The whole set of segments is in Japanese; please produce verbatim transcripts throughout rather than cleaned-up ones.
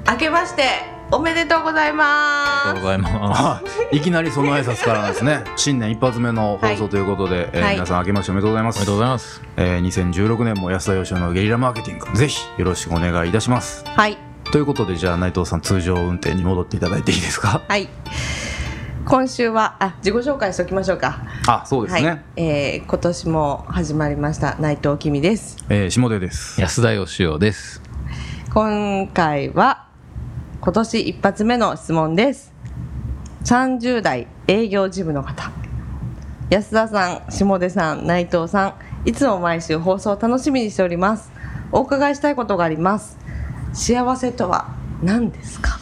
明けましておめでとうございます。 ありがとうございます。 いきなりその挨拶からですね。新年一発目の放送ということで、はいえーはい、皆さん明けましておめでとうございます。 おめでとうございます、 えー、にせんじゅうろくねんも安田義雄のゲリラマーケティングぜひよろしくお願いいたします。 はいということでじゃあ内藤さん通常運転に戻っていただいていいですか。 はい今週はあ自己紹介しておきましょうか。 あそうですね、 はいえー、今年も始まりました内藤きみです、 えー、下出です。 安田義雄です。 今回は今年一発目の質問です。さんじゅう代営業事務の方、安田さん、下出さん、内藤さん、いつも毎週放送を楽しみにしております。お伺いしたいことがあります。幸せとは何ですか？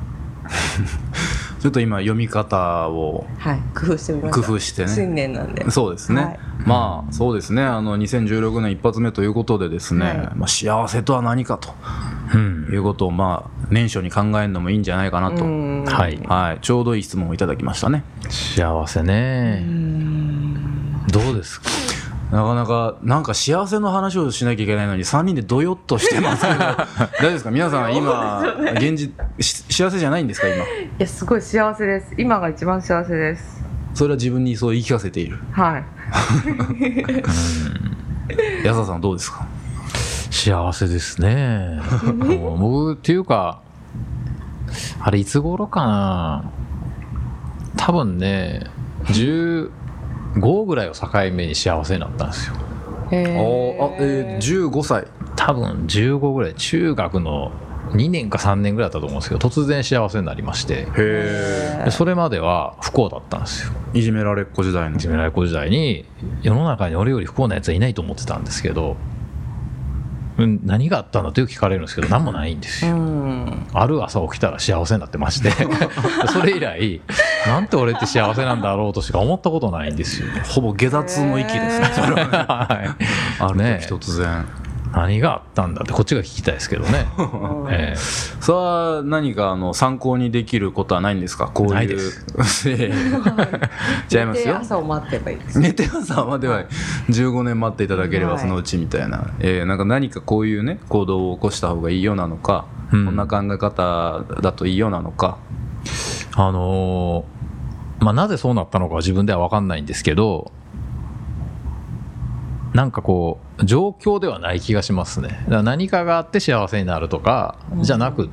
ちょっと今読み方を、 はい、工夫してみました。 工夫してね。 新年なんで。 そうですね、はい、まあそうですねあのにせんじゅうろくねん一発目ということでですね、はいまあ、幸せとは何かと、うん、いうことをまあ年初に考えるのもいいんじゃないかなと、はいはい、ちょうどいい質問をいただきましたね。 幸せねうんどうですか。 なかなかなんか幸せの話をしなきゃいけないのにさんにんでどよっとしてますけど大丈夫ですか皆さん今現実幸せじゃないんですか今。 いやすごい幸せです。今が一番幸せです。 それは自分にそう言い聞かせている。 はい安田さんどうですか。 幸せですね僕っていうかあれいつ頃かな多分ねじゅうごぐらいを境目に幸せになったんですよ。 へーあ、えー、じゅうごさい多分じゅうごぐらい中学のにねんかさんねんぐらいだったと思うんですけど突然幸せになりまして。 へでそれまでは不幸だったんですよ。 いじめられっ子時代のいじめられっ子時代に世の中に俺より不幸なやつはいないと思ってたんですけど、うん、何があったんだとよく聞かれるんですけど何もないんですよ。 うんある朝起きたら幸せになってましてそれ以来なんて俺って幸せなんだろうとしか思ったことないんですよ。 ほぼ下脱の域ですねそれはね、はい、ある時突然、ね、 何があったんだってこっちが聞きたいですけどね、えー、 それは何かあの参考にできることはないんですか。こういうないです違いますよ。 寝て朝を待ってばいいです。 寝て朝まではじゅうごねん待っていただければそのうちみたいな、はいえー、なんか何かこういうね行動を起こした方がいいようなのか、うん、こんな考え方だといいようなのか、 あのーまあ、なぜそうなったのかは自分では分かんないんですけどなんかこう状況ではない気がしますね。だから何かがあって幸せになるとかじゃなくって、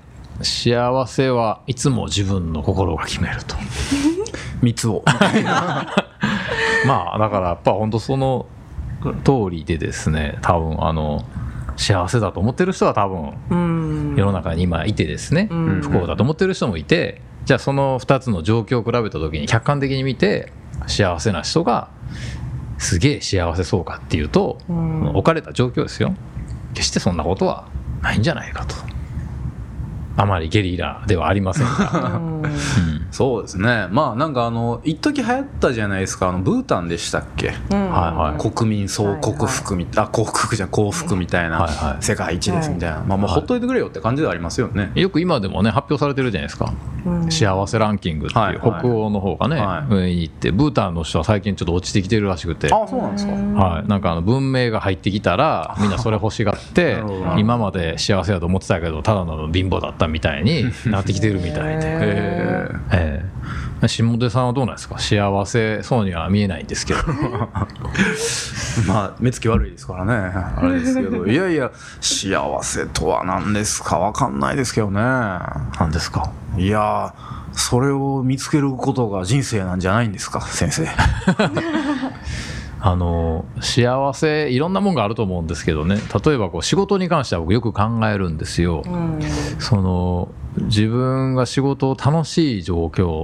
うん、幸せはいつも自分の心が決めるとみっつをまあだからやっぱ本当その通りでですね多分あの幸せだと思ってる人は多分世の中に今いてですね不幸だと思ってる人もいてじゃあそのふたつの状況を比べた時に客観的に見て幸せな人がすげえ幸せそうかっていうと置かれた状況ですよ決してそんなことはないんじゃないかと。あまりゲリラではありませんがうん、 そうですね。まあなんかあの一時流行ったじゃないですかあのブータンでしたっけ、うんはいはい、国民総幸福みたいな、はいはい、あ幸福じゃ幸福みたいな、はいはい、世界一ですみたいな、はい、まあもうほっといてくれよって感じではありますよね。 よく今でもね発表されてるじゃないですか、うん、幸せランキングっていう、はいはい、北欧の方がね、はい、上に行ってブータンの人は最近ちょっと落ちてきてるらしくて。 あそうなんですか、 はい、なんかあの文明が入ってきたらみんなそれ欲しがって今まで幸せだと思ってたけどただの貧乏だったみたいになってきてるみたいで、えーえー、下出さんはどうなんですか。幸せそうには見えないんですけどまあ目つき悪いですからねあれですけどいやいや幸せとは何ですか分かんないですけどね。 何ですか。 いやそれを見つけることが人生なんじゃないんですか先生あの幸せいろんなもんがあると思うんですけどね例えばこう仕事に関しては僕よく考えるんですよ、うん、その自分が仕事を楽しい状況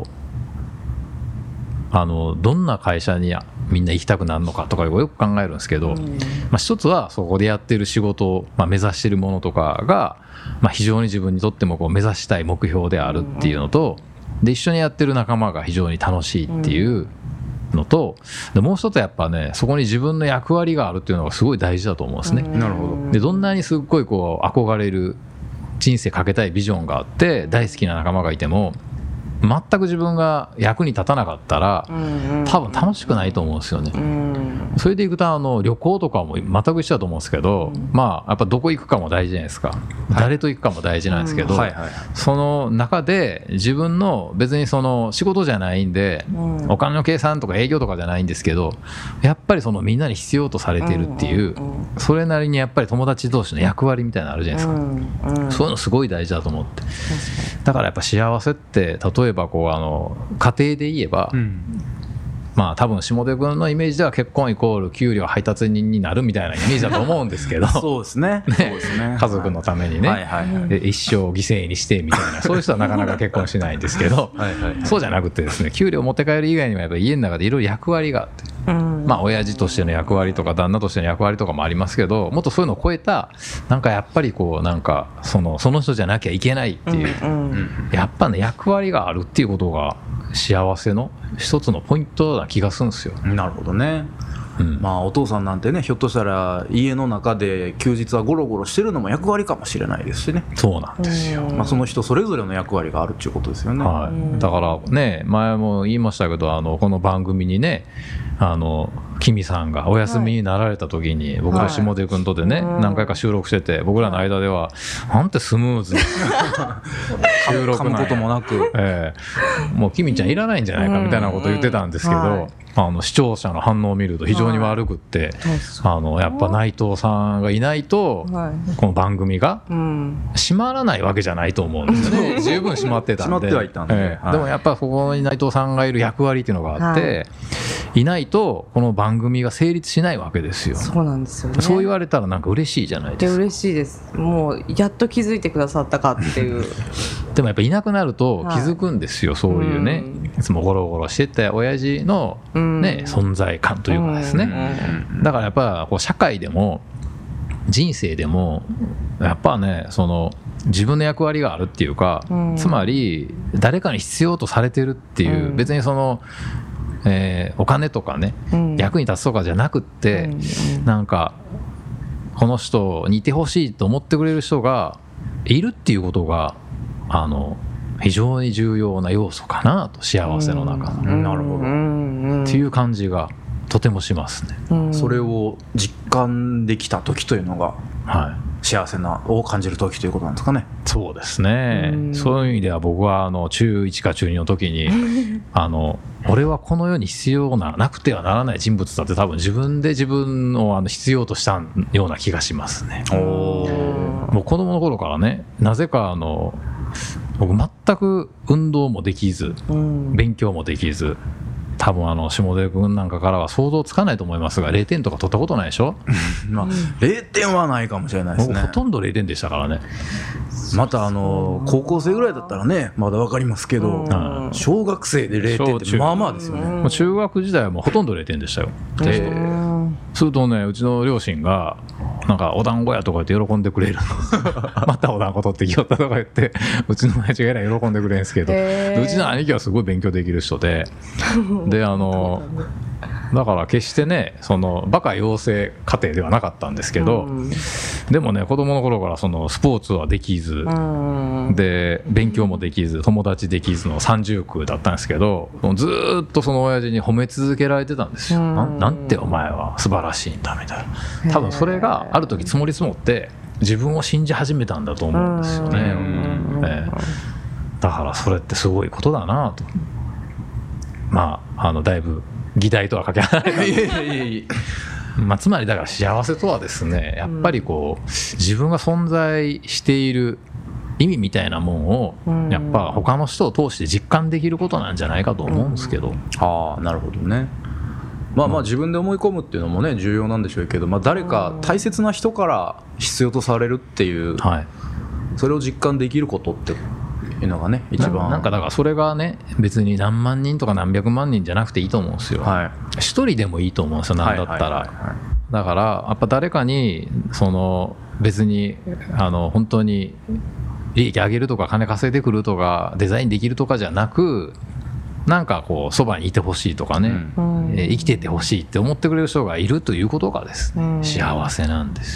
あのどんな会社にみんな行きたくなるのかとかよく考えるんですけど、うんまあ、一つはそこでやってる仕事を、まあ、目指してるものとかが、まあ、非常に自分にとってもこう目指したい目標であるっていうのと、うん、で一緒にやってる仲間が非常に楽しいっていうのとでもう一つはやっぱねそこに自分の役割があるっていうのがすごい大事だと思うんですね。 なるほど。 でどんなにすっごいこう憧れる人生かけたいビジョンがあって大好きな仲間がいても全く自分が役に立たなかったら、うんうん、多分楽しくないと思うんですよね、うん、それでいくとあの旅行とかも全く一緒だと思うんですけど、うん、まあやっぱどこ行くかも大事じゃないですか、はい、誰と行くかも大事なんですけど、うんはいはいはい、その中で自分の別にその仕事じゃないんで、うん、お金の計算とか営業とかじゃないんですけど、やっぱりそのみんなに必要とされてるっていう、うんうんうん、それなりにやっぱり友達同士の役割みたいなのあるじゃないですか、うんうん、そういうのすごい大事だと思って、だからやっぱ幸せって例えばこうあの家庭で言えば、うん、まあ多分下出君のイメージでは結婚イコール給料配達人になるみたいなイメージだと思うんですけどそうですね、 ね、 そうですね、 家族のためにね、はいはいはい、一生犠牲にしてみたいなそういう人はなかなか結婚しないんですけどはいはい、はい、そうじゃなくてですね、給料を持って帰る以外にもやっぱり家の中でいろいろ役割があって、うん、まあ親父としての役割とか旦那としての役割とかもありますけど、もっとそういうのを超えたなんかやっぱりこうなんかそのその人じゃなきゃいけないっていう、うんうん、やっぱね役割があるっていうことが幸せの一つのポイントな気がするんですよ。 なるほどね、うん、まあお父さんなんてね、ひょっとしたら家の中で休日はゴロゴロしてるのも役割かもしれないですしね。 そうなんですよ、 まあ、その人それぞれの役割があるっていうことですよね、 はい、だからね前も言いましたけど、あのこの番組にねあのキミさんがお休みになられた時に、はい、僕ら下出君とでね、はい、何回か収録してて、僕らの間ではなんてスムーズに収録噛むこともなく、 えー、もうキミちゃんいらないんじゃないかみたいなことを言ってたんですけど、はい、あの視聴者の反応を見ると非常に悪くって、はい、あのやっぱ内藤さんがいないと、はい、この番組が閉まらないわけじゃないと思うんですよね十分閉まってたんで、 閉まってはいたんで、 えーはい、でもやっぱここに内藤さんがいる役割っていうのがあって、はい、いないとこの番組が成立しないわけですよ。 そうなんですよね。 そう言われたらなんか嬉しいじゃないですか。 嬉しいです。もうやっと気づいてくださったかっていうでもやっぱいなくなると気づくんですよ、はい、そういうね、いつもゴロゴロしてた親父の、ね、存在感というかですね、だからやっぱこう社会でも人生でもやっぱねその自分の役割があるっていうか、つまり誰かに必要とされてるっていう、別にそのえー、お金とかね、うん、役に立つとかじゃなくって、うんうん、なんかこの人にいてほしいと思ってくれる人がいるっていうことがあの非常に重要な要素かなと、幸せの中の、 うん、なるほどっていう感じがとてもしますね、 うん、それを実感できた時というのが、はい、幸せなを感じる時ということなんですかね。 そうですね、うん、そういう意味では僕はあの中いちか中にの時にあの俺はこの世に必要ななくてはならない人物だって多分自分で自分をあの必要としたような気がしますね。おもう子供の頃からね、なぜかあの僕全く運動もできず、うん、勉強もできず、多分あの下出君なんかからは想像つかないと思いますがれいてんとか取ったことないでしょまあ、れいてんはないかもしれないですね。 ほとんどれいてんでしたからね。 またあの高校生ぐらいだったらねまだ分かりますけど、うん、小学生でれいてんってまあまあですよね。 もう中学時代はもうほとんどれいてんでしたよ。でするとね、うちの両親がなんかお団子やとか言って喜んでくれるまたお団子取ってきよったとか言ってうちの親父がえらい喜んでくれるんですけど、うちの兄貴はすごい勉強できる人でであのだから決してねそのバカ養成家庭ではなかったんですけど、うん、でもね子供の頃からそのスポーツはできず、うん、で勉強もできず友達できずの三重苦だったんですけど、ずっとその親父に褒め続けられてたんですよ、うん、な, なんてお前は素晴らしいんだみたいな。多分それがある時積もり積もって自分を信じ始めたんだと思うんですよね、うんえー、だからそれってすごいことだなと。まああのだいぶ議題とはかけ離れたいやいやいやまあつまりだから幸せとはですね、やっぱりこう自分が存在している意味みたいなもんをやっぱ他の人を通して実感できることなんじゃないかと思うんですけど、うん、 ああなるほどね。まあまあ自分で思い込むっていうのもね重要なんでしょうけど、まあ、誰か大切な人から必要とされるっていう、はい、それを実感できることっていうのがね一番な, なんかだからそれがね別に何万人とか何百万人じゃなくていいと思うんですよ、はい、一人でもいいと思うんですよなんだったら、はいはいはいはい、だからやっぱ誰かにその別にあの本当に利益上げるとか金稼いでくるとかデザインできるとかじゃなく、なんかこうそばにいてほしいとかね、うんえー、生きててほしいって思ってくれる人がいるということがですね、うん、幸せなんですよ。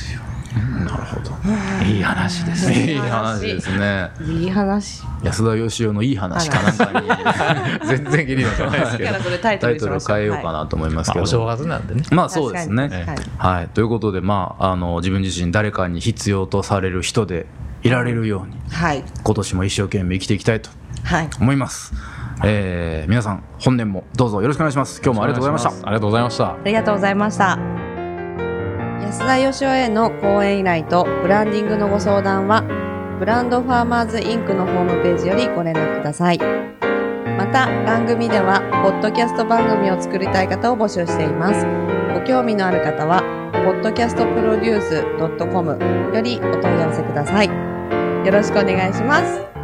なるほど。 いい話ですね。 いい話ですね。 いい話。 安田義雄のいい話かなんかに全然ギリのじゃないですけど。 それタイトルにしましょう。 タイトル変えようかなと思いますけど。 まあ、お正月なんでね。 まあそうですね。 はい、 はい。ということで、まああの自分自身誰かに必要とされる人でいられるように、 はい、 今年も一生懸命生きていきたいと思います。はい、えー、皆さん本年もどうぞよろしくお願いします。今日もありがとうございました。 ありがとうございました。 ありがとうございました。安田義雄への講演依頼とブランディングのご相談はブランドファーマーズインクのホームページよりご連絡ください。また番組ではポッドキャスト番組を作りたい方を募集しています。ご興味のある方はポッドキャストプロデュース ドットコム よりお問い合わせください。よろしくお願いします。